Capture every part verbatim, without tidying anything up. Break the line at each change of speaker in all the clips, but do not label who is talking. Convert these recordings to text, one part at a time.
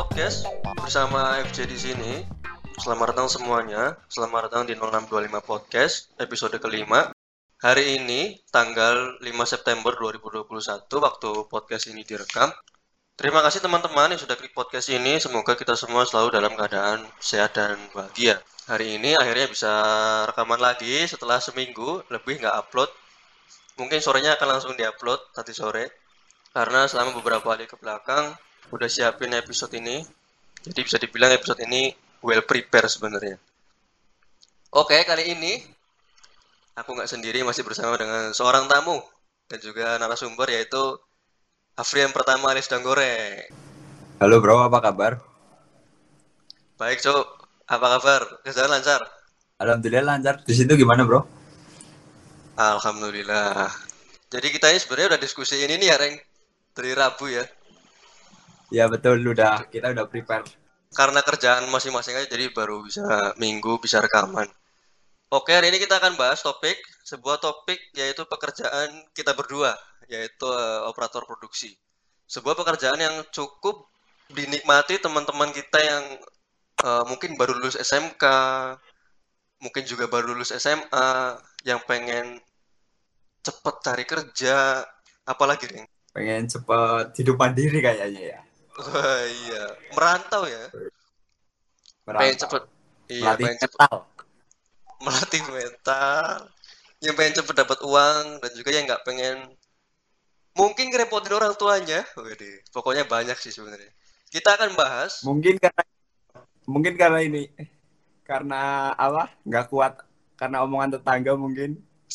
Podcast bersama F J di sini. Selamat datang semuanya. Selamat datang di nol enam dua lima Podcast episode kelima. Hari ini tanggal lima September dua ribu dua puluh satu waktu podcast ini direkam. Terima kasih teman-teman yang sudah klik podcast ini. Semoga kita semua selalu dalam keadaan sehat dan bahagia. Hari ini akhirnya bisa rekaman lagi setelah seminggu lebih nggak upload. Mungkin sorenya akan langsung diupload nanti sore. Karena selama beberapa hari ke belakang udah siapin episode ini. Jadi bisa dibilang episode ini well prepare sebenarnya. Oke, kali ini aku nggak sendiri, masih bersama dengan seorang tamu dan juga narasumber, yaitu Afrian pertama alias Danggoreng.
Halo bro, apa kabar?
Baik, Cok. Apa kabar? Kerjaan lancar?
Alhamdulillah lancar. Di situ gimana bro?
Alhamdulillah. Jadi kita ini sebenarnya udah diskusi ini nih ya, Reng. Dari Rabu ya.
Ya betul, udah kita udah prepare.
Karena kerjaan masing-masing aja, jadi baru bisa minggu bisa rekaman. Oke, hari ini kita akan bahas topik, sebuah topik yaitu pekerjaan kita berdua, yaitu uh, operator produksi. Sebuah pekerjaan yang cukup dinikmati teman-teman kita yang uh, mungkin baru lulus S M K, mungkin juga baru lulus S M A, yang pengen cepet cari kerja, apalagi Reng?
Pengen cepet hidup mandiri kayaknya ya.
Wah, iya, merantau ya. Pengen
Merantau.
cepet, iya,
Melatih
pengen cepet
mental.
melatih mental, yang pengen cepet dapat uang dan juga yang nggak pengen mungkin ngerepotin orang tuanya. Waduh, pokoknya banyak sih sebenarnya. Kita akan bahas.
Mungkin karena mungkin karena ini karena apa? Nggak kuat karena omongan tetangga mungkin.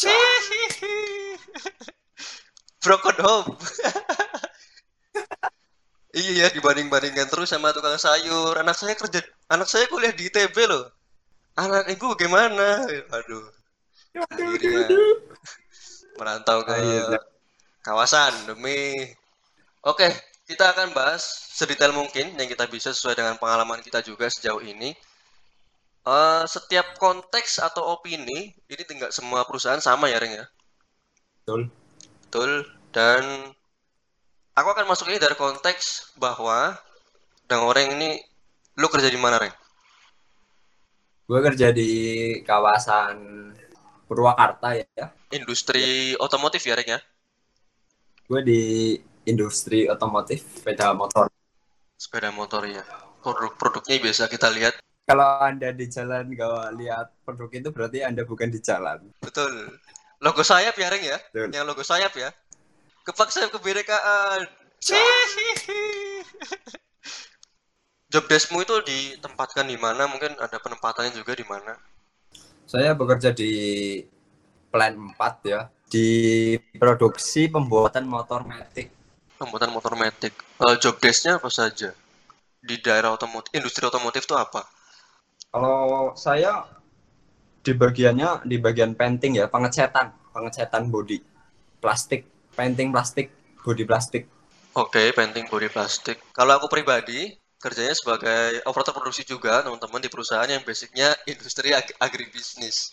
Broken home. Iya, dibanding-bandingkan terus sama tukang sayur. Anak saya kerja, anak saya kuliah di I T B loh. Anak ibu gimana? Aduh, akhirnya merantau ke
Akhirnya.
kawasan demi. Oke, kita akan bahas sedetail mungkin yang kita bisa sesuai dengan pengalaman kita juga sejauh ini. Uh, setiap konteks atau opini ini tinggal semua perusahaan sama ya, Reng ya.
Betul.
Betul. Dan aku akan masuk ini dari konteks bahwa Danggoreng ini, lu kerja di mana, Reng?
Gue kerja di kawasan Purwakarta ya.
Industri otomotif ya, Reng ya?
Gue di industri otomotif sepeda motor.
Sepeda motor ya. Produk-produknya biasa kita lihat.
Kalau Anda di jalan gak lihat produk itu berarti Anda bukan di jalan.
Betul. Logo sayap ya, Reng ya?
Betul.
Yang logo sayap ya. Kepak sayap kebinekaan. Job deskmu itu ditempatkan di mana? Mungkin ada penempatannya juga di mana?
Saya bekerja di Plan empat ya, di produksi pembuatan motor matic.
Pembuatan motor matic. Uh, job desk-nya apa saja? Di daerah otomotif, industri otomotif itu apa?
Kalau saya di bagiannya di bagian painting ya, pengecetan, pengecetan body plastik, painting plastik, body plastik.
Oke, okay, painting body plastik. Kalau aku pribadi, kerjanya sebagai operator produksi juga, teman-teman, di perusahaan yang basicnya industri ag- agribisnis.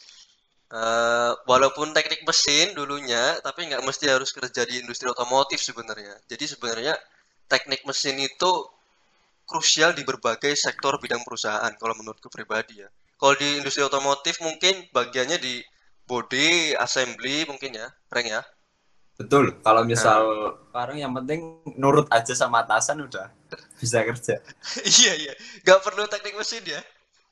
Uh, walaupun teknik mesin dulunya, tapi nggak mesti harus kerja di industri otomotif sebenarnya. Jadi sebenarnya teknik mesin itu krusial di berbagai sektor bidang perusahaan, kalau menurutku pribadi ya. Kalau di industri otomotif mungkin bagiannya di body, assembly mungkin ya, Reng ya.
Betul, kalau misal
Nah,
sekarang yang penting nurut aja sama atasan udah bisa kerja.
iya iya, nggak perlu teknik mesin ya.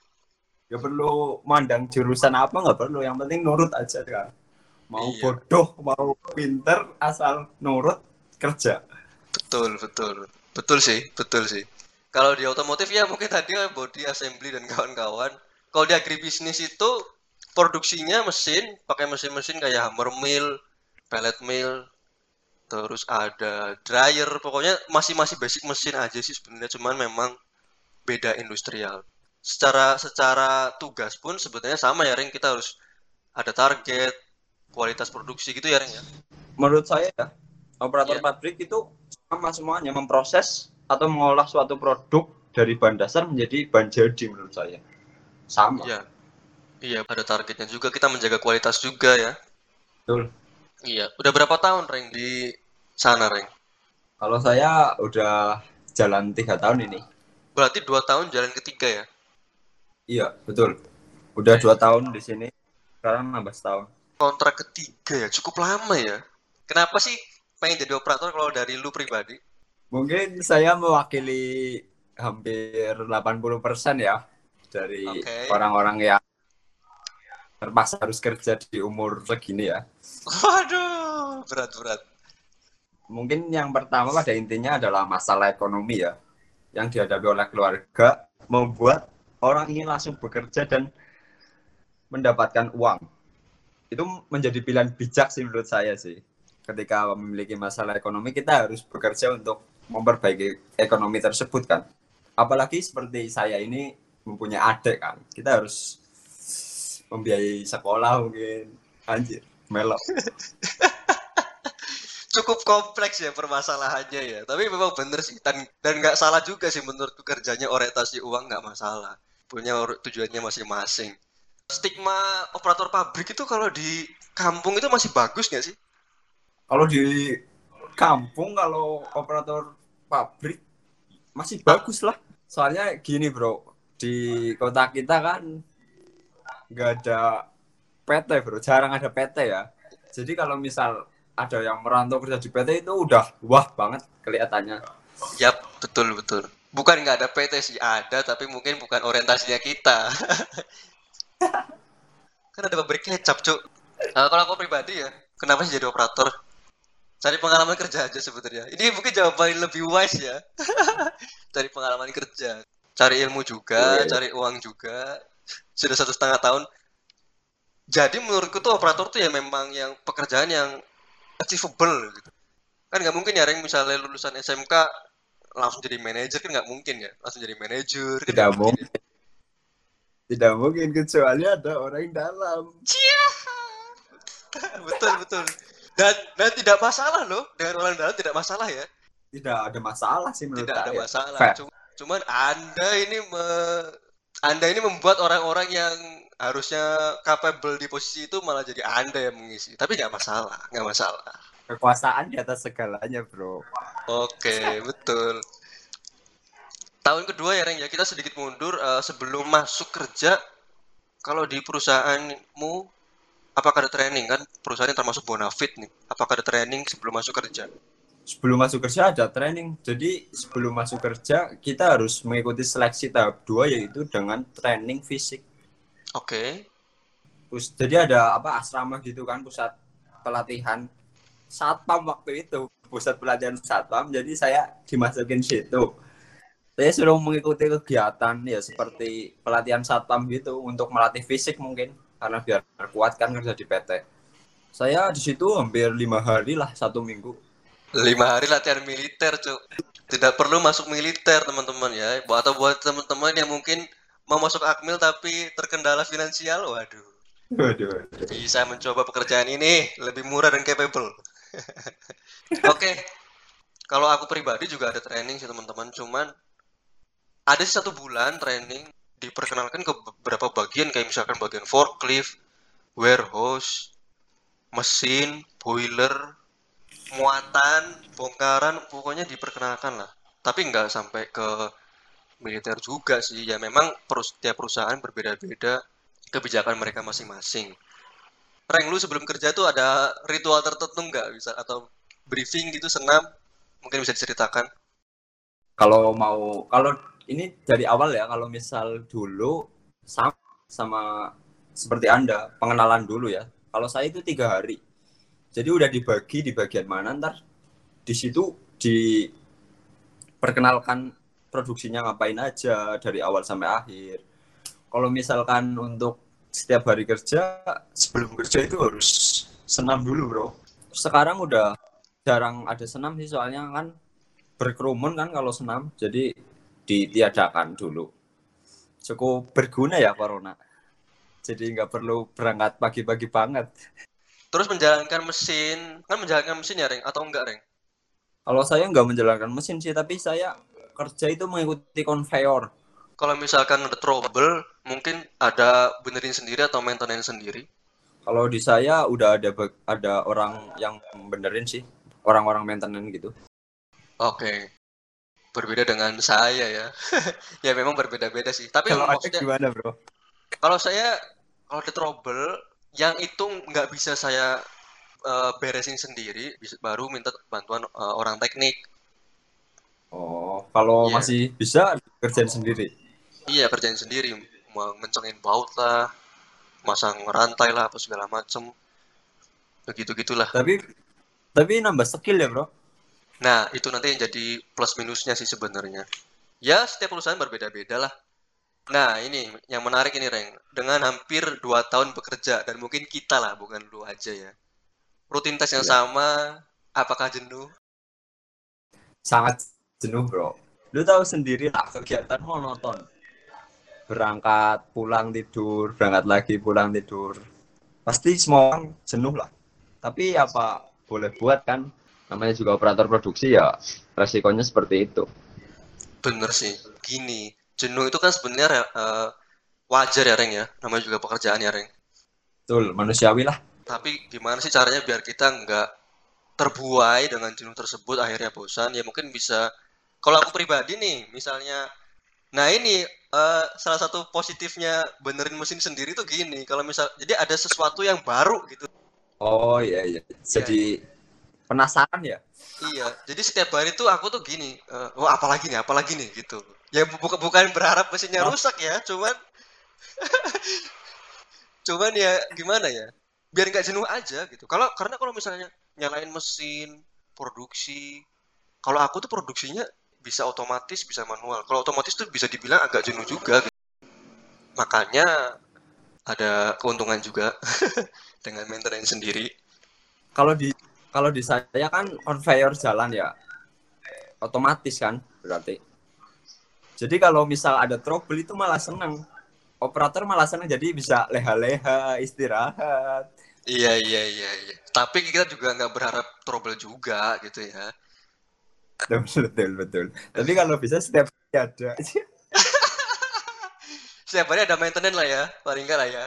Gak perlu mandang jurusan apa, nggak perlu, yang penting nurut aja kan. Mau
Iya,
bodoh, mau pinter, asal nurut kerja.
betul betul betul sih, betul sih. Kalau di otomotif ya mungkin tadi body assembly dan kawan-kawan. Kalau di agribisnis itu produksinya mesin, pakai mesin-mesin kayak hammer mill, pellet mill, terus ada dryer, pokoknya masih masih basic mesin aja sih sebenarnya, cuman memang beda industrial. Secara secara tugas pun sebetulnya sama ya, Ring, kita harus ada target, kualitas produksi gitu ya, Ring ya.
Menurut saya ya, operator
Iya.
pabrik itu sama semuanya, memproses atau mengolah suatu produk dari bahan dasar menjadi bahan jadi menurut saya. Sama.
Iya. Iya, ada targetnya juga, kita menjaga kualitas juga ya.
Betul.
Iya, udah berapa tahun, Ring, di sana, Ring?
Kalau saya udah jalan tiga tahun ini.
Berarti dua tahun jalan ketiga ya?
Iya, betul. Udah dua tahun di sini, sekarang nambah setahun.
Kontrak ketiga ya, cukup lama ya. Kenapa sih pengen jadi operator kalau dari lu pribadi?
Mungkin saya mewakili hampir delapan puluh persen ya dari
Oke. Okay.
orang-orang yang terpaksa harus kerja di umur segini ya.
Waduh, berat-berat.
Mungkin yang pertama pada intinya adalah masalah ekonomi ya, yang dihadapi oleh keluarga, membuat orang ingin langsung bekerja dan mendapatkan uang. Itu menjadi pilihan bijak sih menurut saya sih. Ketika memiliki masalah ekonomi, kita harus bekerja untuk memperbaiki ekonomi tersebut kan. Apalagi seperti saya ini mempunyai adik kan, kita harus membiayai sekolah mungkin. Anjir, melok.
Cukup kompleks ya permasalahannya ya. Tapi memang bener sih. Dan dan nggak salah juga sih menurutku, kerjanya orientasi uang nggak masalah. Punya tujuannya masing-masing. Stigma operator pabrik itu kalau di kampung itu masih bagus nggak sih?
Kalau di kampung, kalau operator pabrik masih bagus lah. Soalnya gini bro, di kota kita kan nggak ada P T bro, jarang ada P T ya. Jadi kalau misal ada yang merantau kerja di P T itu udah wah banget kelihatannya.
Yap, betul betul. Bukan nggak ada P T sih, ada, tapi mungkin bukan orientasinya kita. Kan ada pabrik kecap, Cuk. Nah, kalau aku pribadi ya, kenapa sih jadi operator? Cari pengalaman kerja aja sebenarnya. Ini mungkin jawaban yang lebih wise ya. Cari pengalaman kerja, cari ilmu juga, cari uang juga. Sudah satu setengah tahun. Jadi menurutku tuh operator tuh ya memang yang pekerjaan yang achievable gitu. Kan nggak mungkin ya, Reng, misalnya lulusan S M K langsung jadi manajer, kan nggak mungkin ya. Langsung jadi manajer kan
Tidak
nggak mungkin.
mungkin. Tidak mungkin kecuali ada orang yang dalam.
Cia. Betul betul. Dan dan tidak masalah loh, dengan orang dalam tidak masalah ya.
Tidak ada masalah sih menurut
Tidak
saya.
ada masalah. Cuma, cuman Anda ini me, Anda ini membuat orang-orang yang harusnya capable di posisi itu malah jadi Anda yang mengisi. Tapi nggak masalah, nggak masalah.
Kekuasaan di atas segalanya, bro.
Oke, betul. Tahun kedua ya, Reng, ya, kita sedikit mundur. Uh, sebelum masuk kerja, kalau di perusahaanmu, apakah ada training? Kan perusahaan yang termasuk bonafit nih. Apakah ada training sebelum masuk kerja?
Sebelum masuk kerja ada training. Jadi sebelum masuk kerja kita harus mengikuti seleksi tahap dua, yaitu dengan training fisik.
Oke.
Okay. Jadi ada apa asrama gitu kan, pusat pelatihan satpam waktu itu, pusat pelatihan satpam. Jadi saya dimasukin situ. Saya suruh mengikuti kegiatan ya seperti pelatihan satpam gitu untuk melatih fisik mungkin, karena biar kuat kan kerja di P T. Saya di situ hampir lima hari lah, satu minggu.
Lima hari latihan militer, Cuk. Tidak perlu masuk militer, teman-teman ya. Atau buat teman-teman yang mungkin mau masuk Akmil tapi terkendala finansial, waduh.
Waduh.
Bisa mencoba pekerjaan ini, lebih murah dan capable. Oke. Okay. Kalau aku pribadi juga ada training sih, teman-teman. Cuman ada satu bulan training, diperkenalkan ke beberapa bagian, kayak misalkan bagian forklift, warehouse, mesin, boiler, muatan, bongkaran, pokoknya diperkenalkan lah. Tapi nggak sampai ke militer juga sih. Ya memang setiap perusahaan berbeda-beda kebijakan mereka masing-masing. Reng, lu sebelum kerja tuh ada ritual tertentu nggak, bisa atau briefing gitu senam? Mungkin bisa diceritakan.
Kalau mau, kalau ini dari awal ya, kalau misal dulu sama, sama seperti Anda, pengenalan dulu ya. Kalau saya itu tiga hari. Jadi udah dibagi di bagian mana, ntar di situ diperkenalkan produksinya ngapain aja dari awal sampai akhir. Kalau misalkan untuk setiap hari kerja, sebelum kerja itu harus senam dulu bro. Sekarang udah jarang ada senam sih, soalnya kan berkerumun kan kalau senam, jadi ditiadakan dulu. Cukup berguna ya corona. Jadi nggak perlu berangkat pagi-pagi banget.
Terus menjalankan mesin, kan menjalankan mesin ya, Reng? Atau enggak, Reng?
Kalau saya nggak menjalankan mesin sih, tapi saya kerja itu mengikuti konveyor.
Kalau misalkan ada trouble, mungkin ada benerin sendiri atau maintenance sendiri?
Kalau di saya udah ada ada orang yang benerin sih, orang-orang maintenance gitu.
Oke. berbeda dengan saya ya. Ya memang berbeda-beda sih. Tapi
Kalau ada
maksudnya
gimana, Bro?
kalau saya kalau ada trouble yang itu nggak bisa saya eh, beresin sendiri, bisa, baru minta bantuan eh, orang teknik.
Oh, kalau
Iya,
masih bisa kerjain sendiri.
iya kerjain sendiri, mau ngencengin baut lah, masang rantai lah, apa segala macem, begitu gitulah.
Tapi tapi nambah skill ya, Bro.
Nah itu nanti yang jadi plus minusnya sih sebenarnya. Ya setiap perusahaan berbeda-beda lah. Nah ini yang menarik ini Reng, dengan hampir dua tahun bekerja dan mungkin kita lah, bukan lu aja ya. Rutinitas yang
Iya.
sama, apakah jenuh?
Sangat jenuh, Bro. Lu tahu sendiri lah kegiatan monoton. Berangkat, pulang tidur, berangkat lagi, pulang tidur. Pasti semua orang jenuh lah. Tapi apa boleh buat kan? Namanya juga operator produksi ya, resikonya seperti itu.
Bener sih, gini, jenuh itu kan sebenarnya eh, wajar ya Reng ya, namanya juga pekerjaan ya Reng.
Betul, manusiawi lah.
Tapi gimana sih caranya biar kita nggak terbuai dengan jenuh tersebut akhirnya bosan? Ya mungkin bisa, kalau aku pribadi nih, misalnya, nah ini eh, salah satu positifnya benerin mesin sendiri tuh gini, kalau misal, jadi ada sesuatu yang baru gitu.
Oh iya iya.
Iya,
Jadi penasaran ya?
iya. Jadi setiap hari tuh aku tuh gini, eh, wah apalagi nih, apalagi nih gitu. Ya bu- bukan bukan berharap mesinnya
Oh,
rusak ya, cuman cuman ya gimana ya? Biar nggak jenuh aja gitu. Kalau karena kalau misalnya nyalain mesin produksi, kalau aku tuh produksinya bisa otomatis, bisa manual. Kalau otomatis tuh bisa dibilang agak jenuh juga gitu. Makanya ada keuntungan juga dengan maintenance sendiri.
kalau di kalau di saya kan conveyor jalan ya, otomatis kan berarti. Jadi kalau misal ada trouble itu malah seneng. Operator malah seneng jadi bisa leha-leha, istirahat.
Iya, iya, iya, iya. Tapi kita juga nggak berharap trouble juga gitu ya.
Betul, betul, betul. Tapi kalau bisa setiap hari ada.
Setiap hari ada maintenance lah ya, paling nggak lah ya.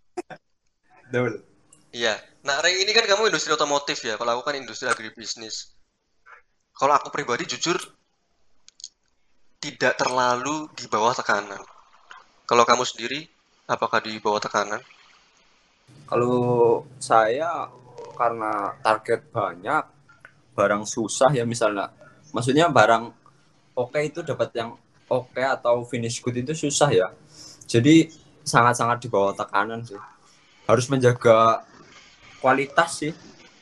Betul.
Iya. Nah, Rey, ini kan kamu industri otomotif ya. Kalau aku kan industri agribisnis. Kalau aku pribadi jujur tidak terlalu di bawah tekanan. Kalau kamu sendiri, apakah di bawah tekanan?
Kalau saya karena target banyak, barang susah ya misalnya. Maksudnya barang oke okay itu dapat yang oke okay atau finish good itu susah ya. Jadi sangat-sangat di bawah tekanan sih. Harus menjaga kualitas sih.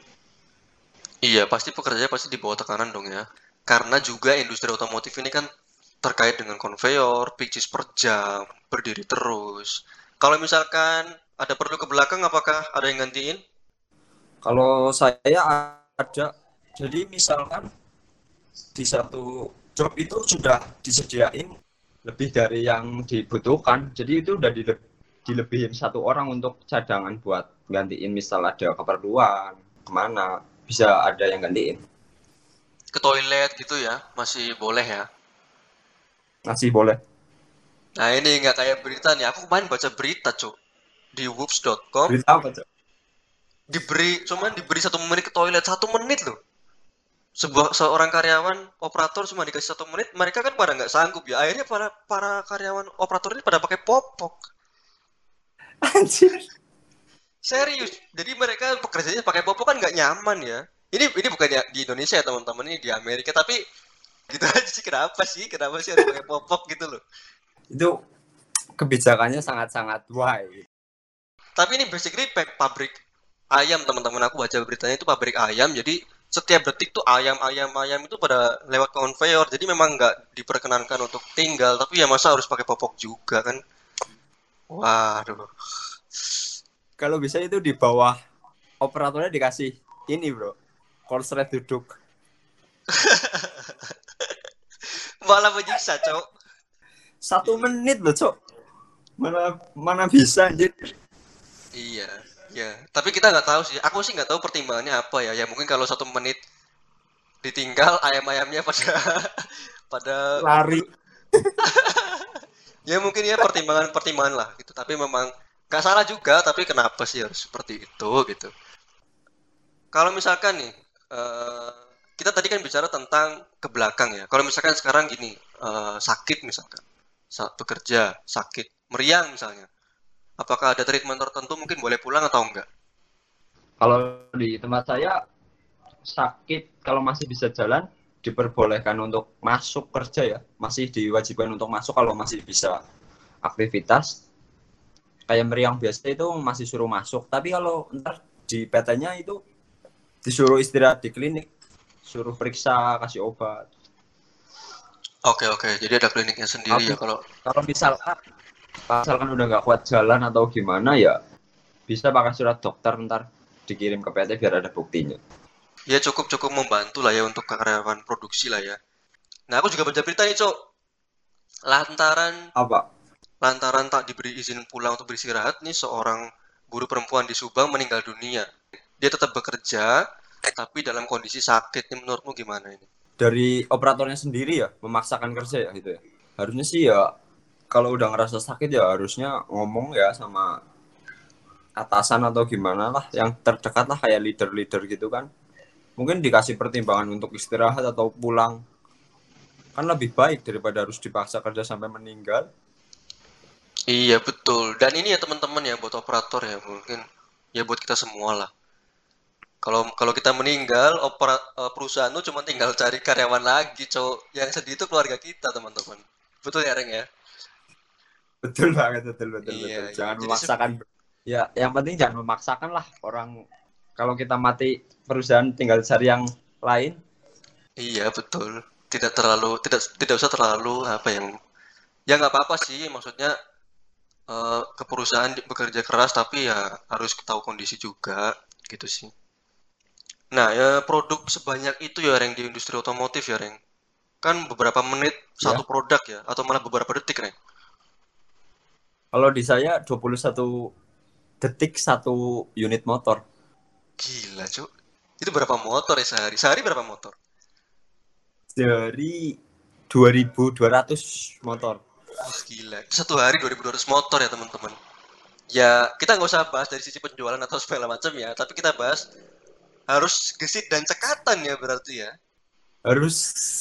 Iya, pasti pekerjanya pasti di bawah tekanan dong ya. Karena juga industri otomotif ini kan terkait dengan konveyor, pieces per jam, berdiri terus. Kalau misalkan ada perlu ke belakang, apakah ada yang gantiin?
Kalau saya ada, jadi misalkan di satu job itu sudah disediain lebih dari yang dibutuhkan. Jadi itu udah dile- dilebihin satu orang untuk cadangan buat gantiin misal ada keperluan kemana bisa ada yang gantiin.
Ke toilet gitu ya, masih boleh ya.
Masih boleh.
Nah ini nggak kayak berita nih, aku kemarin baca berita cuk di whoops dot com,
Berita apa, Cok?
diberi cuman diberi satu menit ke toilet, satu menit loh. Sebuah seorang karyawan operator cuma dikasih satu menit, mereka kan pada nggak sanggup ya. Akhirnya para para karyawan operator ini pada pakai popok.
Anjir.
Serius. Jadi mereka pekerjaannya pakai popok kan nggak nyaman ya. Ini ini bukan ya di Indonesia ya teman-teman, ini di Amerika, tapi gitu aja sih, kenapa sih? Kenapa sih harus pakai popok gitu loh.
Itu kebijakannya sangat-sangat why.
Tapi ini basically pabrik ayam teman-teman, aku baca beritanya itu pabrik ayam. Jadi setiap detik tuh ayam ayam ayam itu pada lewat konveyor. Jadi memang nggak diperkenankan untuk tinggal. Tapi ya masa harus pakai popok juga kan? Waduh.
Kalau bisa itu di bawah operatornya dikasih ini, Bro. Korslet duduk.
Malah menyiksa, cok.
Satu menit loh, Cok. Mana mana bisa anjir.
Iya, iya. Tapi kita nggak tahu sih. Aku sih nggak tahu pertimbangannya apa ya. Ya mungkin kalau satu menit ditinggal ayam-ayamnya pada pada
Lari.
ya mungkin ya pertimbangan-pertimbangan lah gitu. Tapi memang nggak salah juga. Tapi kenapa sih harus seperti itu gitu? Kalau misalkan nih, eh, kita tadi kan bicara tentang ke belakang ya. Kalau misalkan sekarang gini, eh, sakit misalkan, saat bekerja, sakit, meriang misalnya. Apakah ada treatment tertentu mungkin boleh pulang atau enggak?
Kalau di tempat saya sakit kalau masih bisa jalan diperbolehkan untuk masuk kerja ya, masih diwajibkan untuk masuk kalau masih bisa aktivitas. Kayak meriang biasa itu masih suruh masuk, tapi kalau ntar di P T-nya itu disuruh istirahat di klinik, suruh periksa, kasih obat.
Oke oke, jadi ada kliniknya sendiri
Tapi
ya kalau.
kalau misalkan misalkan udah nggak kuat jalan atau gimana ya bisa pakai surat dokter ntar dikirim ke P T biar ada buktinya.
Ya cukup cukup membantu lah ya untuk karyawan produksi lah ya. Nah aku juga baca berita nih cok, lantaran
Apa?
lantaran tak diberi izin pulang untuk beristirahat nih seorang buruh perempuan di Subang meninggal dunia. Dia tetap bekerja tapi dalam kondisi sakit. Ini menurutmu gimana ini?
Dari operatornya sendiri ya memaksakan kerja ya gitu ya. Harusnya sih ya kalau udah ngerasa sakit ya harusnya ngomong ya sama atasan atau gimana lah yang terdekat lah kayak leader-leader gitu kan. Mungkin dikasih pertimbangan untuk istirahat atau pulang. Kan lebih baik daripada harus dipaksa kerja sampai meninggal.
Iya betul. Dan ini ya teman-teman ya buat operator ya mungkin ya buat kita semua lah. Kalau kalau kita meninggal, opera, eh, perusahaan tuh cuma tinggal cari karyawan lagi, cowok. Yang sedih itu keluarga kita, teman-teman. Betul ya, Reng ya?
Betul banget, betul betul
Iya,
betul.
iya.
Jangan
Jadi se-
memaksakan. Ya, yang penting jangan memaksakan lah orang. Kalau kita mati perusahaan tinggal cari yang lain.
iya betul. Tidak terlalu tidak tidak usah terlalu apa yang ya nggak apa-apa sih. Maksudnya eh, ke perusahaan di- bekerja keras tapi ya harus tahu kondisi juga gitu sih. Nah, ya produk sebanyak itu ya, Reng, di industri otomotif ya, Reng. Kan beberapa menit satu
Ya,
produk ya, atau malah beberapa detik, Reng.
kalau di saya dua puluh satu detik satu unit motor.
Gila, Cuk. Itu berapa motor ya sehari? Sehari berapa motor?
Dari dua ribu dua ratus motor.
Wah, gila. Satu hari dua ribu dua ratus motor ya, teman-teman. Ya, kita nggak usah bahas dari sisi penjualan atau segala macam ya, tapi kita bahas harus gesit dan cekatan ya berarti ya.
Harus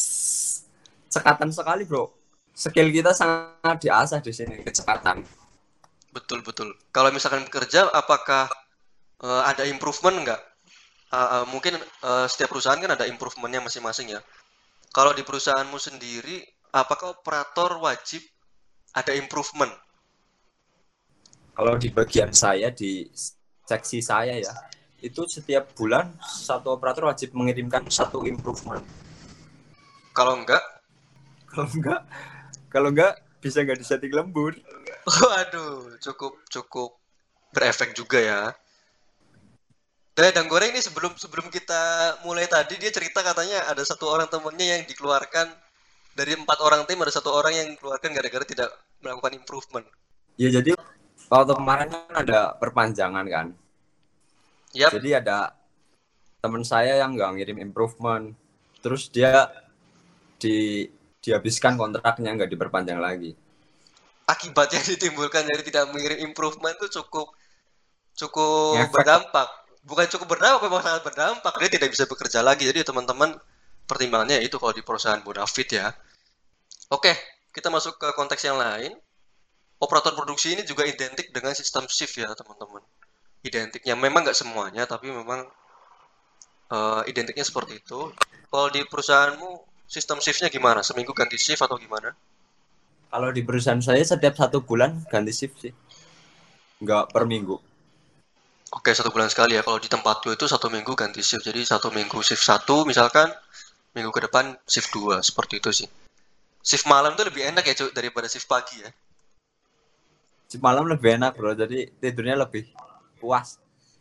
cekatan sekali, Bro. Skill kita sangat diasah di sini, kecepatan.
Betul, betul. Kalau misalkan bekerja, apakah eh, ada improvement nggak? Ah, ah, mungkin eh, setiap perusahaan kan ada improvementnya masing-masing ya. Kalau di perusahaanmu sendiri, apakah operator wajib ada improvement?
Kalau di bagian saya, di seksi saya ya, itu setiap bulan satu operator wajib mengirimkan satu improvement.
Kalau enggak,
Kalau enggak, kalau enggak bisa nggak disetting lembur.
waduh, cukup cukup berefek juga ya. Dan Dang Goreng ini sebelum sebelum kita mulai tadi dia cerita katanya ada satu orang temennya yang dikeluarkan dari empat orang tim ada satu orang yang dikeluarkan gara-gara tidak melakukan improvement.
Ya jadi waktu kemarin kan ada perpanjangan kan.
Yap,
Jadi ada teman saya yang nggak ngirim improvement. Terus dia di dihabiskan kontraknya nggak diperpanjang lagi.
akibat yang ditimbulkan dari tidak mengirim improvement itu cukup cukup
Ngefek.
berdampak. Bukan cukup berdampak, memang sangat berdampak. Dia tidak bisa bekerja lagi. Jadi teman-teman pertimbangannya itu kalau di perusahaan Bonafit ya. Oke, kita masuk ke konteks yang lain. Operator produksi ini juga identik dengan sistem shift ya teman-teman. Identiknya memang nggak semuanya, tapi memang eh, identiknya seperti itu. Kalau di perusahaanmu sistem shiftnya gimana? Seminggu ganti shift atau gimana?
Kalau di perusahaan saya setiap satu bulan ganti shift sih, nggak per minggu.
Oke, satu bulan sekali ya. Kalau di tempatku itu satu minggu ganti shift. Jadi satu minggu shift satu, misalkan minggu ke depan shift dua. Seperti itu sih. Shift malam tuh lebih enak ya cuy, daripada shift pagi ya.
Shift malam lebih enak bro, jadi tidurnya lebih puas.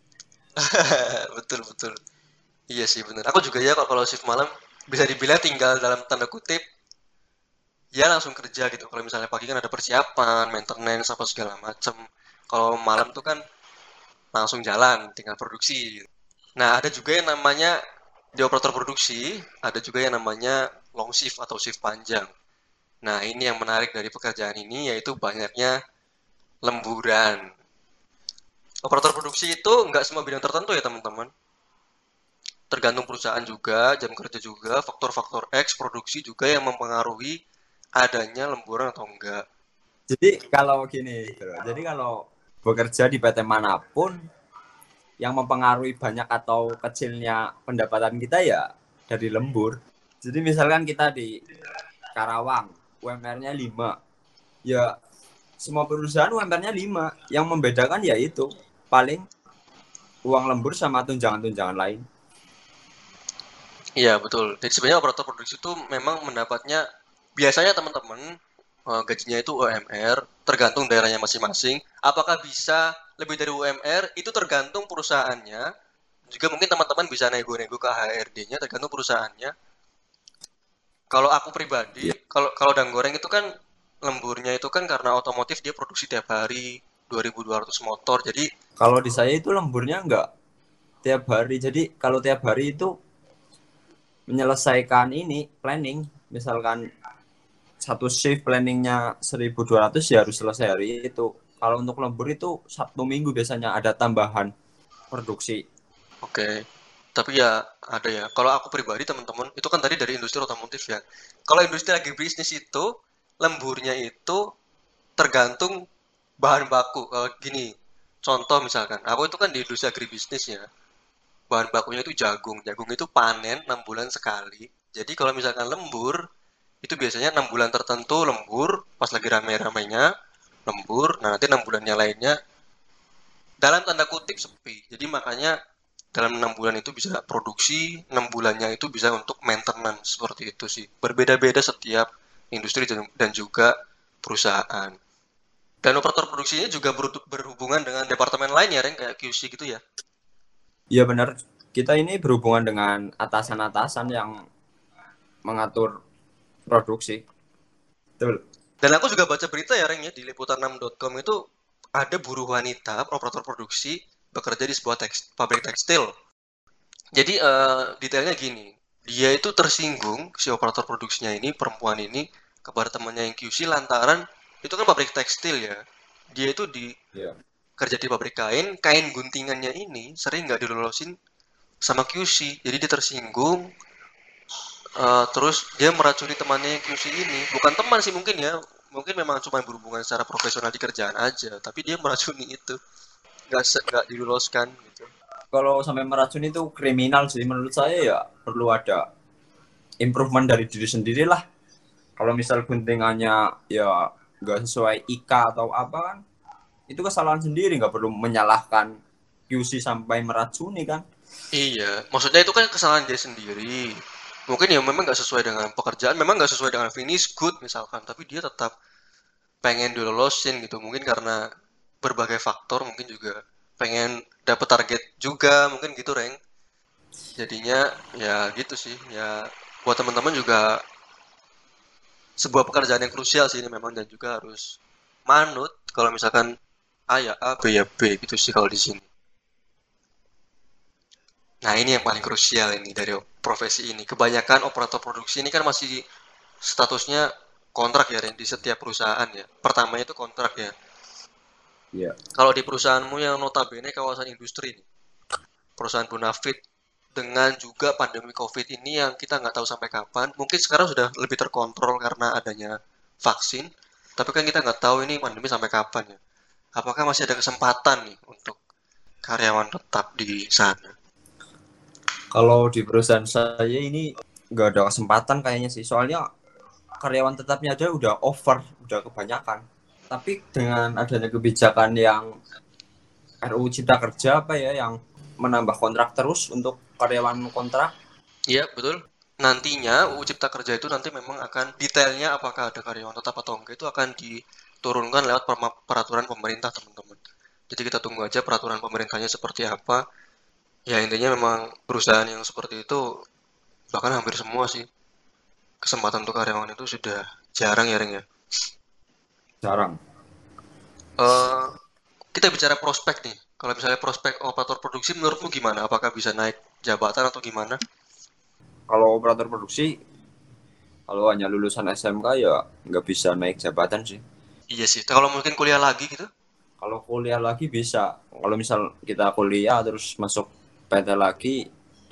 Betul, betul. Iya sih bener. Aku juga ya kalau kalau shift malam bisa dibilang tinggal dalam tanda kutip ya langsung kerja gitu. Kalau misalnya pagi kan ada persiapan, maintenance apa segala macem. Kalau malam tuh kan langsung jalan, tinggal produksi. Nah, ada juga yang namanya di operator produksi, ada juga yang namanya long shift atau shift panjang. Nah, ini yang menarik dari pekerjaan ini yaitu banyaknya lemburan. Operator produksi itu nggak semua bidang tertentu ya teman-teman. tergantung perusahaan juga, jam kerja juga, faktor-faktor X, produksi juga yang mempengaruhi adanya lemburan atau enggak.
Jadi kalau gini, bro, jadi kalau bekerja di P T manapun, yang mempengaruhi banyak atau kecilnya pendapatan kita ya dari lembur. Jadi misalkan kita di Karawang, U M R-nya lima, ya semua perusahaan U M R-nya lima. Yang membedakan ya itu paling uang lembur sama tunjangan-tunjangan lain.
Iya betul. Jadi sebenarnya operator produksi itu memang mendapatnya biasanya teman-teman eh, gajinya itu U M R, tergantung daerahnya masing-masing. Apakah bisa lebih dari U M R itu tergantung perusahaannya. Juga mungkin teman-teman bisa nego-nego ke H R D-nya tergantung perusahaannya. Kalau aku pribadi,
Ya.
kalau kalau Dang Goreng itu kan lemburnya itu kan karena otomotif dia produksi tiap hari dua ribu dua ratus motor. Jadi
Kalau di saya itu lemburnya enggak tiap hari. Jadi kalau tiap hari itu menyelesaikan ini planning, misalkan satu shift planningnya seribu dua ratus ya harus selesai hari itu. Kalau untuk lembur itu Sabtu Minggu biasanya ada tambahan produksi.
oke. Tapi ya ada ya. Kalau aku pribadi teman-teman, itu kan tadi dari industri otomotif ya. Kalau industri lagi bisnis itu lemburnya itu tergantung bahan baku. Kalau gini, contoh misalkan, aku itu kan di industri agribisnis ya. Bahan bakunya itu jagung. Jagung itu panen enam bulan sekali. Jadi kalau misalkan lembur, itu biasanya enam bulan tertentu lembur, pas lagi rame-ramenya lembur. Nah, nanti enam bulannya lainnya dalam tanda kutip sepi. Jadi makanya dalam enam bulan itu bisa produksi, enam bulannya itu bisa untuk maintenance seperti itu sih. Berbeda-beda setiap industri dan juga perusahaan. Dan operator produksinya juga berhubungan dengan departemen lain ya, Reng, kayak Q C gitu ya.
Iya benar. Kita ini berhubungan dengan atasan-atasan yang mengatur produksi. Betul.
Dan aku juga baca berita ya, Reng, ya, di liputan enam titik com itu ada buruh wanita, operator produksi, bekerja di sebuah teks, pabrik tekstil. Jadi uh, detailnya gini, dia itu tersinggung, si operator produksinya ini, perempuan ini, kepada temannya yang Q C lantaran, itu kan pabrik tekstil ya. Dia itu di
Ya.
kerja di pabrik kain, kain guntingannya ini sering nggak dilolosin sama Q C. Jadi dia tersinggung, uh, terus dia meracuni temannya yang Q C ini. Bukan teman sih mungkin ya, mungkin memang cuma berhubungan secara profesional di kerjaan aja, tapi dia meracuni itu, nggak nggak diloloskan gitu.
Kalau sampai meracun itu kriminal sih menurut saya ya perlu ada improvement dari diri sendiri lah. Kalau misal guntingannya ya nggak sesuai I K atau apa kan, itu kesalahan sendiri, nggak perlu menyalahkan Q C sampai meracuni kan.
Iya, maksudnya itu kan kesalahan dia sendiri. Mungkin ya memang nggak sesuai dengan pekerjaan, memang nggak sesuai dengan finish good misalkan, tapi dia tetap pengen dilolosin gitu. Mungkin karena berbagai faktor, mungkin juga pengen dapet target juga, mungkin gitu, Reng. Jadinya ya gitu sih, ya buat teman-teman juga sebuah pekerjaan yang krusial sih ini memang, dan juga harus manut kalau misalkan A ya A, B ya B gitu sih kalau di sini. Nah, ini yang paling krusial ini dari profesi ini. Kebanyakan operator produksi ini kan masih statusnya kontrak ya, Ren, di setiap perusahaan ya. Pertamanya itu kontrak ya.
Iya.
Kalau di perusahaanmu yang notabene kawasan industri nih, perusahaan Bonafit, dengan juga pandemi COVID ini yang kita nggak tahu sampai kapan, mungkin sekarang sudah lebih terkontrol karena adanya vaksin, tapi kan kita nggak tahu ini pandemi sampai kapan ya. Apakah masih ada kesempatan nih untuk karyawan tetap di sana?
Kalau di perusahaan saya ini nggak ada kesempatan kayaknya sih. Soalnya karyawan tetapnya aja udah over, udah kebanyakan. Tapi dengan adanya kebijakan yang R U U Cipta Kerja apa ya, yang menambah kontrak terus untuk karyawan kontrak.
Iya, betul. Nantinya U U Cipta Kerja itu nanti memang akan detailnya apakah ada karyawan tetap atau enggak itu akan diturunkan lewat peraturan pemerintah, teman-teman. Jadi kita tunggu aja peraturan pemerintahnya seperti apa. Ya intinya memang perusahaan yang seperti itu bahkan hampir semua sih kesempatan untuk karyawan itu sudah jarang ya, Reng ya.
Jarang.
Eh, kita bicara prospek nih. Kalau misalnya prospek operator produksi menurutmu gimana? Apakah bisa naik jabatan atau gimana?
Kalau operator produksi, kalau hanya lulusan S M K ya nggak bisa naik jabatan sih.
Iya sih. Kalau mungkin kuliah lagi gitu?
Kalau kuliah lagi bisa. Kalau misal kita kuliah terus masuk P T lagi,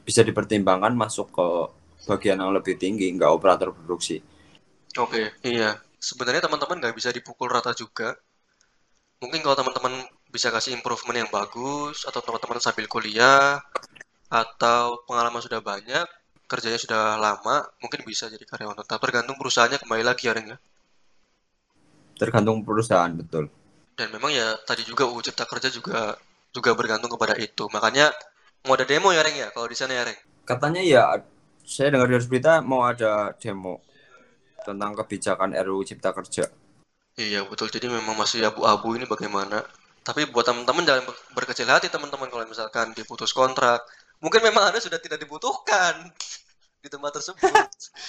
bisa dipertimbangkan masuk ke bagian yang lebih tinggi, nggak operator produksi.
Oke, iya. Sebenarnya teman-teman nggak bisa dipukul rata juga. Mungkin kalau teman-teman bisa kasih improvement yang bagus, atau teman-teman sambil kuliah, atau pengalaman sudah banyak, kerjanya sudah lama, mungkin bisa jadi karyawan tetap. Tergantung perusahaannya kembali lagi ya, Ren, ya.
Tergantung perusahaan, betul.
Dan memang ya tadi juga U U Cipta Kerja juga juga bergantung kepada itu. Makanya mau ada demo ya, Reng ya, kalau di sana ya, Reng.
Katanya ya, saya dengar dari berita mau ada demo tentang kebijakan R U U Cipta Kerja.
Iya betul, jadi memang masih abu-abu ini bagaimana. Tapi buat teman-teman jangan ber- berkecil hati teman-teman kalau misalkan diputus kontrak. Mungkin memang Anda sudah tidak dibutuhkan di tempat tersebut.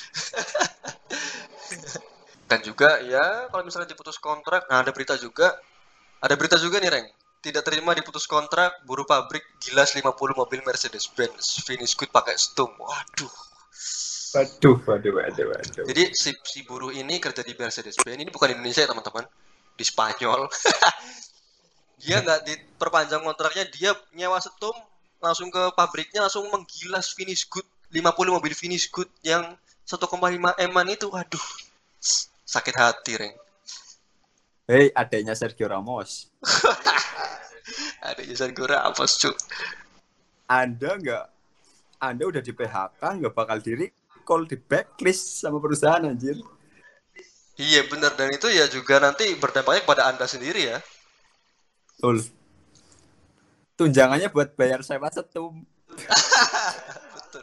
Dan juga ya kalau misalnya diputus kontrak, nah ada berita juga, ada berita juga nih Reng. Tidak terima diputus kontrak, buruh pabrik gilas lima puluh mobil Mercedes-Benz finish good pakai stum. Waduh.
Waduh, waduh, waduh, waduh.
Jadi si, si buruh ini kerja di Mercedes-Benz, ini bukan di Indonesia ya teman-teman, di Spanyol. Dia nggak diperpanjang kontraknya, dia nyewa stum, langsung ke pabriknya, langsung menggilas finish good, lima puluh mobil finish good yang satu koma lima M-an itu, waduh, sakit hati, Reng.
Hei, adanya Sergio Ramos.
Ada Jason Gora apa cu?
Anda nggak, Anda udah di P H K, nggak bakal di recall, di backlist sama perusahaan, anjir.
Iya benar, dan itu ya juga nanti berdampaknya kepada Anda sendiri ya.
Betul. Tunjangannya buat bayar sewa stum.
Betul.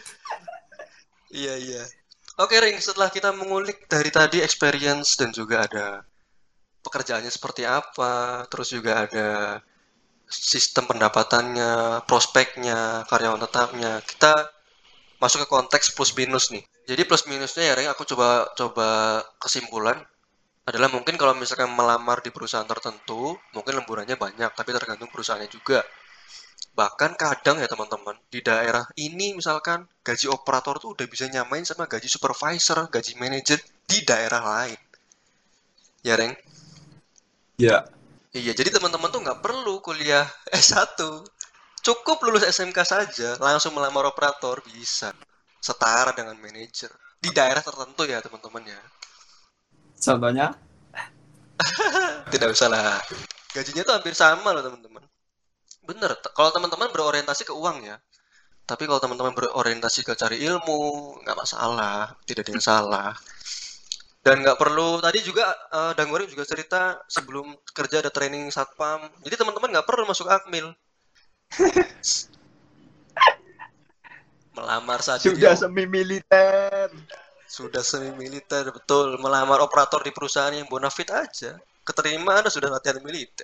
Iya iya. Oke Ring, setelah kita mengulik dari tadi experience dan juga ada pekerjaannya seperti apa, terus juga ada sistem pendapatannya, prospeknya, karyawan tetapnya, kita masuk ke konteks plus minus nih. Jadi plus minusnya ya Ring, aku coba coba kesimpulan adalah mungkin kalau misalkan melamar di perusahaan tertentu, mungkin lemburannya banyak, tapi tergantung perusahaannya juga. Bahkan kadang ya teman-teman, di daerah ini misalkan gaji operator tuh udah bisa nyamain sama gaji supervisor, gaji manajer di daerah lain. Ya, Reng?
Ya.
Iya, jadi teman-teman tuh nggak perlu kuliah S satu. Cukup lulus S M K saja, langsung melamar operator, bisa. Setara dengan manajer. Di daerah tertentu ya, teman-teman ya.
Contohnya?
Tidak usah lah. Gajinya tuh hampir sama loh, teman-teman. Bener, kalau teman-teman berorientasi ke uang ya. Tapi kalau teman-teman berorientasi ke cari ilmu, nggak masalah, tidak ada yang salah. Dan nggak perlu, tadi juga uh, Danggoring juga cerita sebelum kerja ada training satpam. Jadi teman-teman nggak perlu masuk Akmil. Melamar saja
Sudah
dia.
semi militer.
Sudah semi militer, betul. Melamar operator di perusahaan yang bonafit aja. Keterima Anda sudah latihan militer.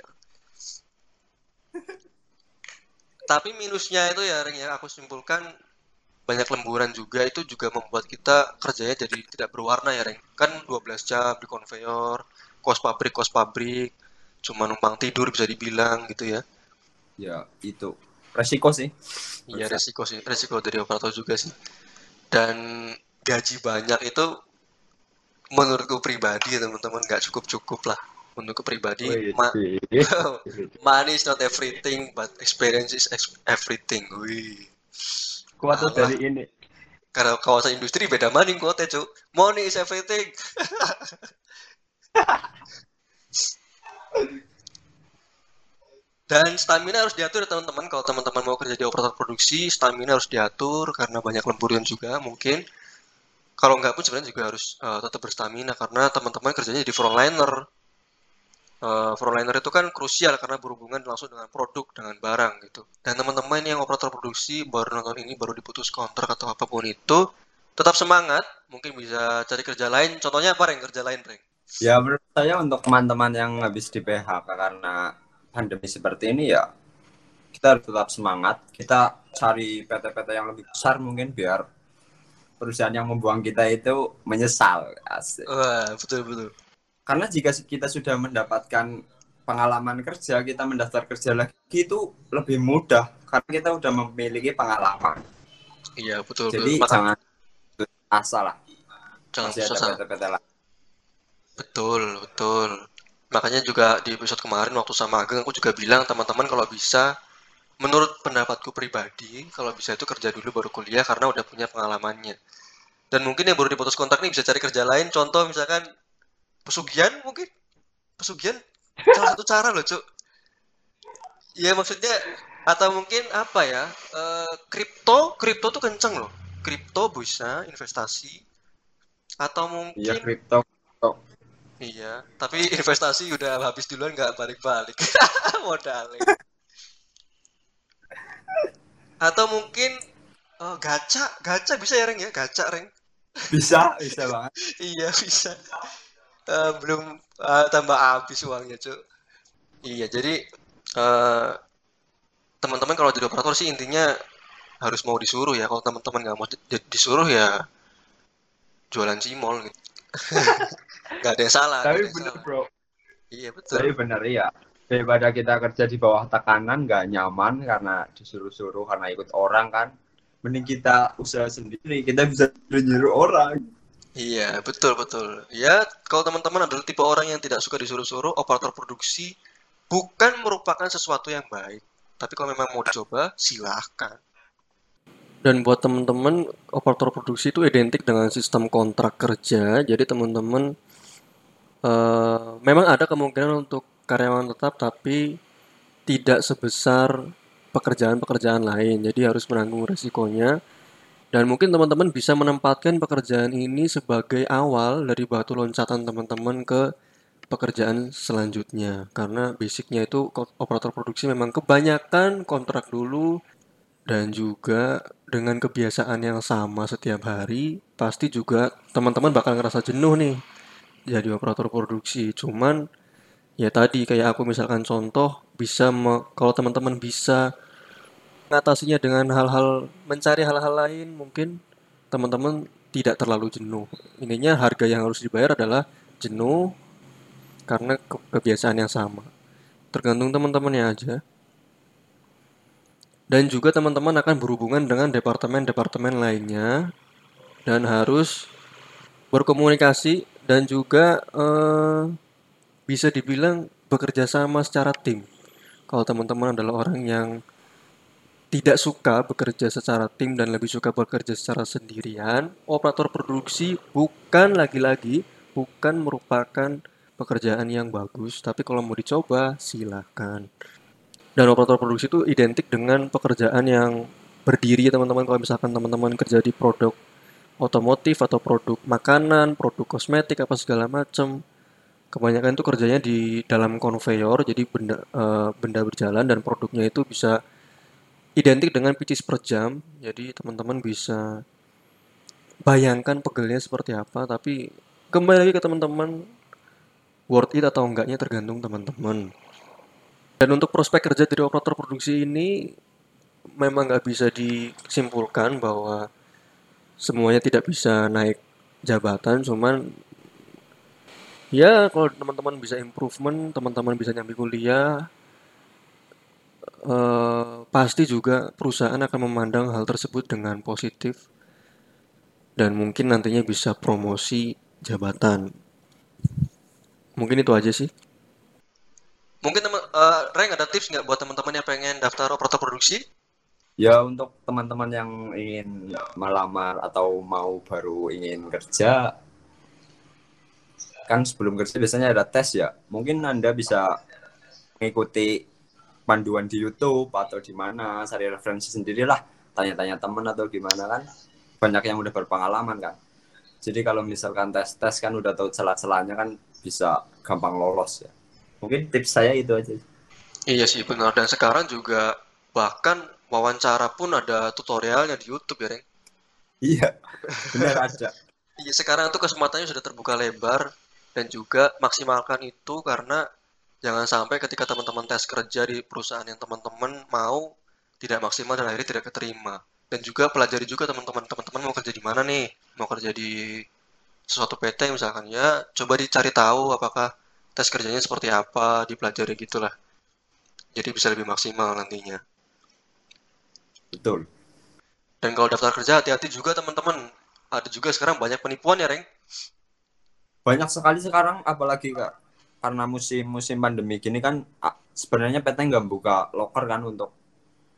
Tapi minusnya itu ya, yang aku simpulkan banyak lemburan juga, itu juga membuat kita kerjanya jadi tidak berwarna ya, Reng. Kan dua belas jam di konveyor, kos pabrik, kos pabrik, cuma numpang tidur bisa dibilang gitu ya.
Ya, itu resiko sih.
Iya, resiko sih, resiko dari operator juga sih. Dan gaji banyak itu menurutku pribadi teman-teman nggak cukup-cukup lah. Menurutku pribadi, ma money is not everything, but experience is everything. Wih.
Kuat tuh dari ini.
Karena kawasan industri beda maning kuotnya, Cuk. Money is everything. Dan stamina harus diatur ya teman-teman. Kalau teman-teman mau kerja di operator produksi, stamina harus diatur karena banyak lemburan juga mungkin. Kalau nggak pun sebenarnya juga harus uh, tetap berstamina karena teman-teman kerjanya di frontliner. Uh, frontliner itu kan krusial karena berhubungan langsung dengan produk, dengan barang gitu. Dan teman-teman yang operator produksi baru nonton ini, baru diputus kontrak atau apapun itu, tetap semangat. Mungkin bisa cari kerja lain. Contohnya apa, Reng? Kerja lain, Reng?
Ya, menurut saya untuk teman-teman yang habis di P H K karena pandemi seperti ini ya, kita harus tetap semangat. Kita cari P T P T yang lebih besar mungkin biar perusahaan yang membuang kita itu menyesal. Asik.
Wah, betul-betul.
Karena jika kita sudah mendapatkan pengalaman kerja, kita mendaftar kerja lagi itu lebih mudah karena kita sudah memiliki pengalaman.
Iya, betul.
Jadi
betul.
jangan asa lah.
Jangan
masih ada P T P T lah.
Betul, betul. Makanya juga di episode kemarin waktu sama Ageng aku juga bilang teman-teman kalau bisa menurut pendapatku pribadi, kalau bisa itu kerja dulu baru kuliah karena udah punya pengalamannya. Dan mungkin yang baru diputus kontrak nih bisa cari kerja lain. Contoh misalkan pesugihan mungkin. Pesugihan salah satu cara loh, Cuk. Ya maksudnya atau mungkin apa ya? eh, kripto, kripto tuh kenceng loh. Kripto bisa investasi atau
Iya,
mungkin
kripto. kripto.
iya, tapi investasi udah habis duluan nggak balik-balik modalnya. Atau mungkin eh, gacha, gacha bisa ya Reng ya, gacha Reng.
Bisa, bisa banget.
Iya bisa. Eh, belum eh, tambah habis uangnya, Cuk. Iya, jadi eh, teman-teman kalau jadi operator sih intinya harus mau disuruh ya. Kalau teman-teman nggak mau di- disuruh ya jualan cimol gitu. Nggak ada yang salah, nggak
Tapi
ada yang
bener
salah.
bro,
Iya betul.
tapi bener ya. Daripada kita kerja di bawah tekanan nggak nyaman karena disuruh-suruh karena ikut orang kan. Mending kita usaha sendiri, kita bisa nyuruh orang.
Iya betul betul. Ya kalau teman-teman adalah tipe orang yang tidak suka disuruh-suruh, operator produksi bukan merupakan sesuatu yang baik. Tapi kalau memang mau dicoba, silahkan. Dan buat teman-teman, operator produksi itu identik dengan sistem kontrak kerja. Jadi teman-teman eh, memang ada kemungkinan untuk karyawan tetap, tapi tidak sebesar pekerjaan-pekerjaan lain. Jadi harus menanggung resikonya. Dan mungkin teman-teman bisa menempatkan pekerjaan ini sebagai awal dari batu loncatan teman-teman ke pekerjaan selanjutnya. Karena basicnya itu operator produksi memang kebanyakan kontrak dulu dan juga dengan kebiasaan yang sama setiap hari, pasti juga teman-teman bakal ngerasa jenuh nih jadi operator produksi. Cuman ya tadi kayak aku misalkan contoh bisa me- kalau teman-teman bisa mengatasinya dengan hal-hal mencari hal-hal lain mungkin teman-teman tidak terlalu jenuh. Ininya harga yang harus dibayar adalah jenuh karena ke- kebiasaan yang sama. Tergantung teman-temannya aja. Dan juga teman-teman akan berhubungan dengan departemen-departemen lainnya dan harus berkomunikasi dan juga eh, bisa dibilang bekerja sama secara tim. Kalau teman-teman adalah orang yang tidak suka bekerja secara tim dan lebih suka bekerja secara sendirian, operator produksi bukan lagi-lagi bukan merupakan pekerjaan yang bagus, tapi kalau mau dicoba silakan. Dan operator produksi itu identik dengan pekerjaan yang berdiri ya teman-teman. Kalau misalkan teman-teman kerja di produk otomotif atau produk makanan, produk kosmetik apa segala macam, kebanyakan itu kerjanya di dalam konveyor, jadi benda eh, benda berjalan dan produknya itu bisa identik dengan pieces per jam. Jadi teman-teman bisa bayangkan pegelnya seperti apa, tapi kembali lagi ke teman-teman worth it atau enggaknya tergantung teman-teman. Dan untuk prospek kerja dari operator produksi ini memang nggak bisa disimpulkan bahwa semuanya tidak bisa naik jabatan, cuman ya kalau teman-teman bisa improvement, teman-teman bisa nyambi kuliah, eh, pasti juga perusahaan akan memandang hal tersebut dengan positif dan mungkin nantinya bisa promosi jabatan. Mungkin itu aja sih. Mungkin teman eh, Reng ada tips nggak buat teman-teman yang pengen daftar operator produksi?
Ya untuk teman-teman yang ingin melamar atau mau baru ingin kerja, kan sebelum kerja biasanya ada tes ya. Mungkin Anda bisa mengikuti panduan di YouTube atau di mana, cari referensi sendirilah, tanya-tanya teman atau gimana kan. Banyak yang udah berpengalaman kan. Jadi kalau misalkan tes-tes kan udah tahu celah-celahnya kan bisa gampang lolos ya. Mungkin tips saya itu aja.
Iya sih benar dan sekarang juga bahkan wawancara pun ada tutorialnya di YouTube ya, Reng.
Iya, benar ada.
Iya sekarang tuh kesempatannya sudah terbuka lebar dan juga maksimalkan itu karena jangan sampai ketika teman-teman tes kerja di perusahaan yang teman-teman mau tidak maksimal dan akhirnya tidak keterima. Dan juga pelajari juga teman-teman teman-teman mau kerja di mana nih, mau kerja di sesuatu P T misalkan ya, coba dicari tahu apakah tes kerjanya seperti apa, dipelajari gitulah. Jadi bisa lebih maksimal nantinya.
Betul.
Dan kalau daftar kerja hati-hati juga teman-teman. Ada juga sekarang banyak penipuan ya, Reng.
Banyak sekali sekarang apalagi Kak, karena musim-musim pandemi gini kan sebenarnya P T nggak buka loker kan untuk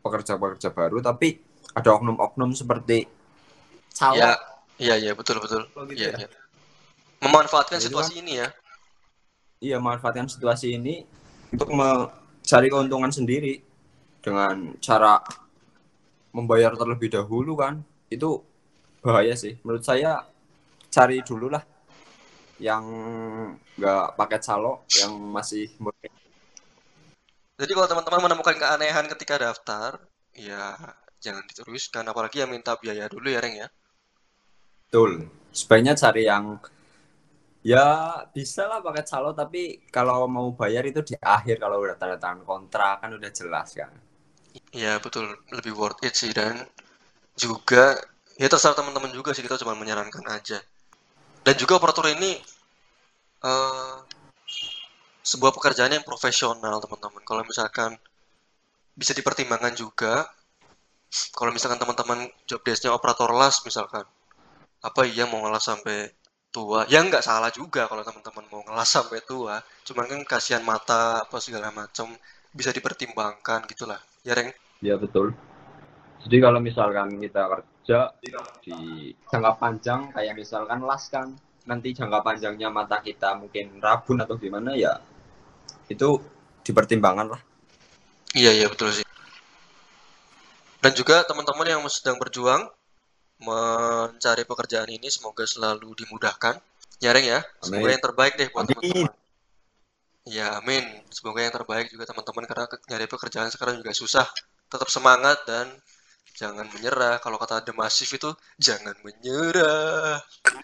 pekerja-pekerja baru, tapi ada oknum-oknum seperti calo.
Ya, iya iya betul betul.
Gitu
Iya
ya.
iya. Memanfaatkan
Jadi
situasi
kan,
ini ya.
iya, manfaatkan situasi ini untuk mencari keuntungan sendiri dengan cara membayar terlebih dahulu kan. Itu bahaya sih. Menurut saya cari dulu lah yang nggak pakai calo, yang masih murni.
Jadi kalau teman-teman menemukan keanehan ketika daftar, ya jangan diteruskan, apalagi yang minta biaya dulu ya, Reng ya.
Betul. Sebaiknya cari yang ya bisa lah pakai calo, tapi kalau mau bayar itu di akhir kalau udah tanda tangan kontrak kan udah jelas kan.
Iya betul, lebih worth it sih, dan juga ya terserah teman-teman juga sih, kita cuma menyarankan aja. Dan juga operator ini eh, sebuah pekerjaan yang profesional teman-teman. Kalau misalkan bisa dipertimbangkan juga, kalau misalkan teman-teman job desk-nya operator las misalkan, apa iya mau ngelas sampai tua? Ya nggak salah juga kalau teman-teman mau ngelas sampai tua. Cuman kan kasihan mata apa segala macam, bisa dipertimbangkan gitulah. Ya Reng?
Ya betul. Jadi kalau misalkan kita kerja di jangka panjang, kayak misalkan las kan, nanti jangka panjangnya mata kita mungkin rabun atau gimana ya, itu dipertimbangkan lah.
Iya iya betul sih. Dan juga teman-teman yang sedang berjuang mencari pekerjaan ini semoga selalu dimudahkan. Ya Reng ya, semoga
Amin.
yang terbaik deh buat
Amin.
teman-teman. Ya amin, semoga yang terbaik juga teman-teman, karena nyari pekerjaan sekarang juga susah. Tetap semangat dan jangan menyerah. Kalau kata The Massive itu jangan menyerah.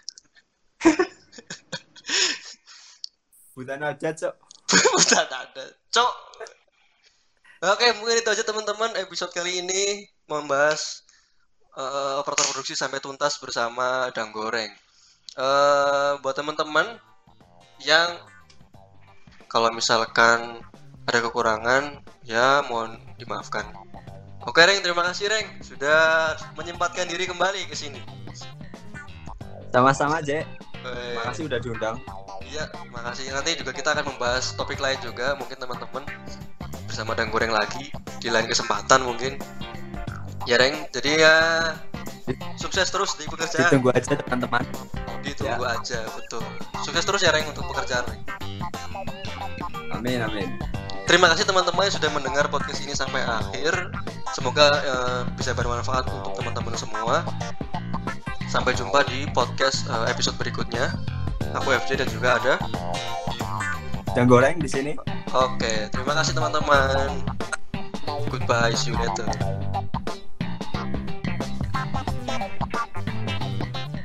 Bukan aja, Cok.
Udah ada, cok. Oke, mungkin itu aja teman-teman episode kali ini membahas uh, operator produksi sampai tuntas bersama Dang Goreng. Uh, buat teman-teman yang kalau misalkan ada kekurangan, ya mohon dimaafkan. Oke Reng, terima kasih Reng sudah menyempatkan diri kembali ke sini.
Sama-sama, Jek.
Eh,
Makasih udah diundang.
Iya, makasih. Nanti juga kita akan membahas topik lain juga, mungkin teman-teman bersama Dang Goreng lagi di lain kesempatan mungkin. Ya Reng, jadi ya sukses terus di pekerjaan.
Ditunggu aja teman-teman.
Ditunggu ya. aja, betul. Sukses terus ya Reng untuk pekerjaan Reng.
Amin, amin.
Terima kasih teman-teman yang sudah mendengar podcast ini sampai akhir. Semoga uh, bisa bermanfaat untuk teman-teman semua. Sampai jumpa di podcast uh, episode berikutnya. Aku F J dan juga ada
Dang Goreng di sini.
Oke, terima kasih teman-teman. Goodbye, see you later.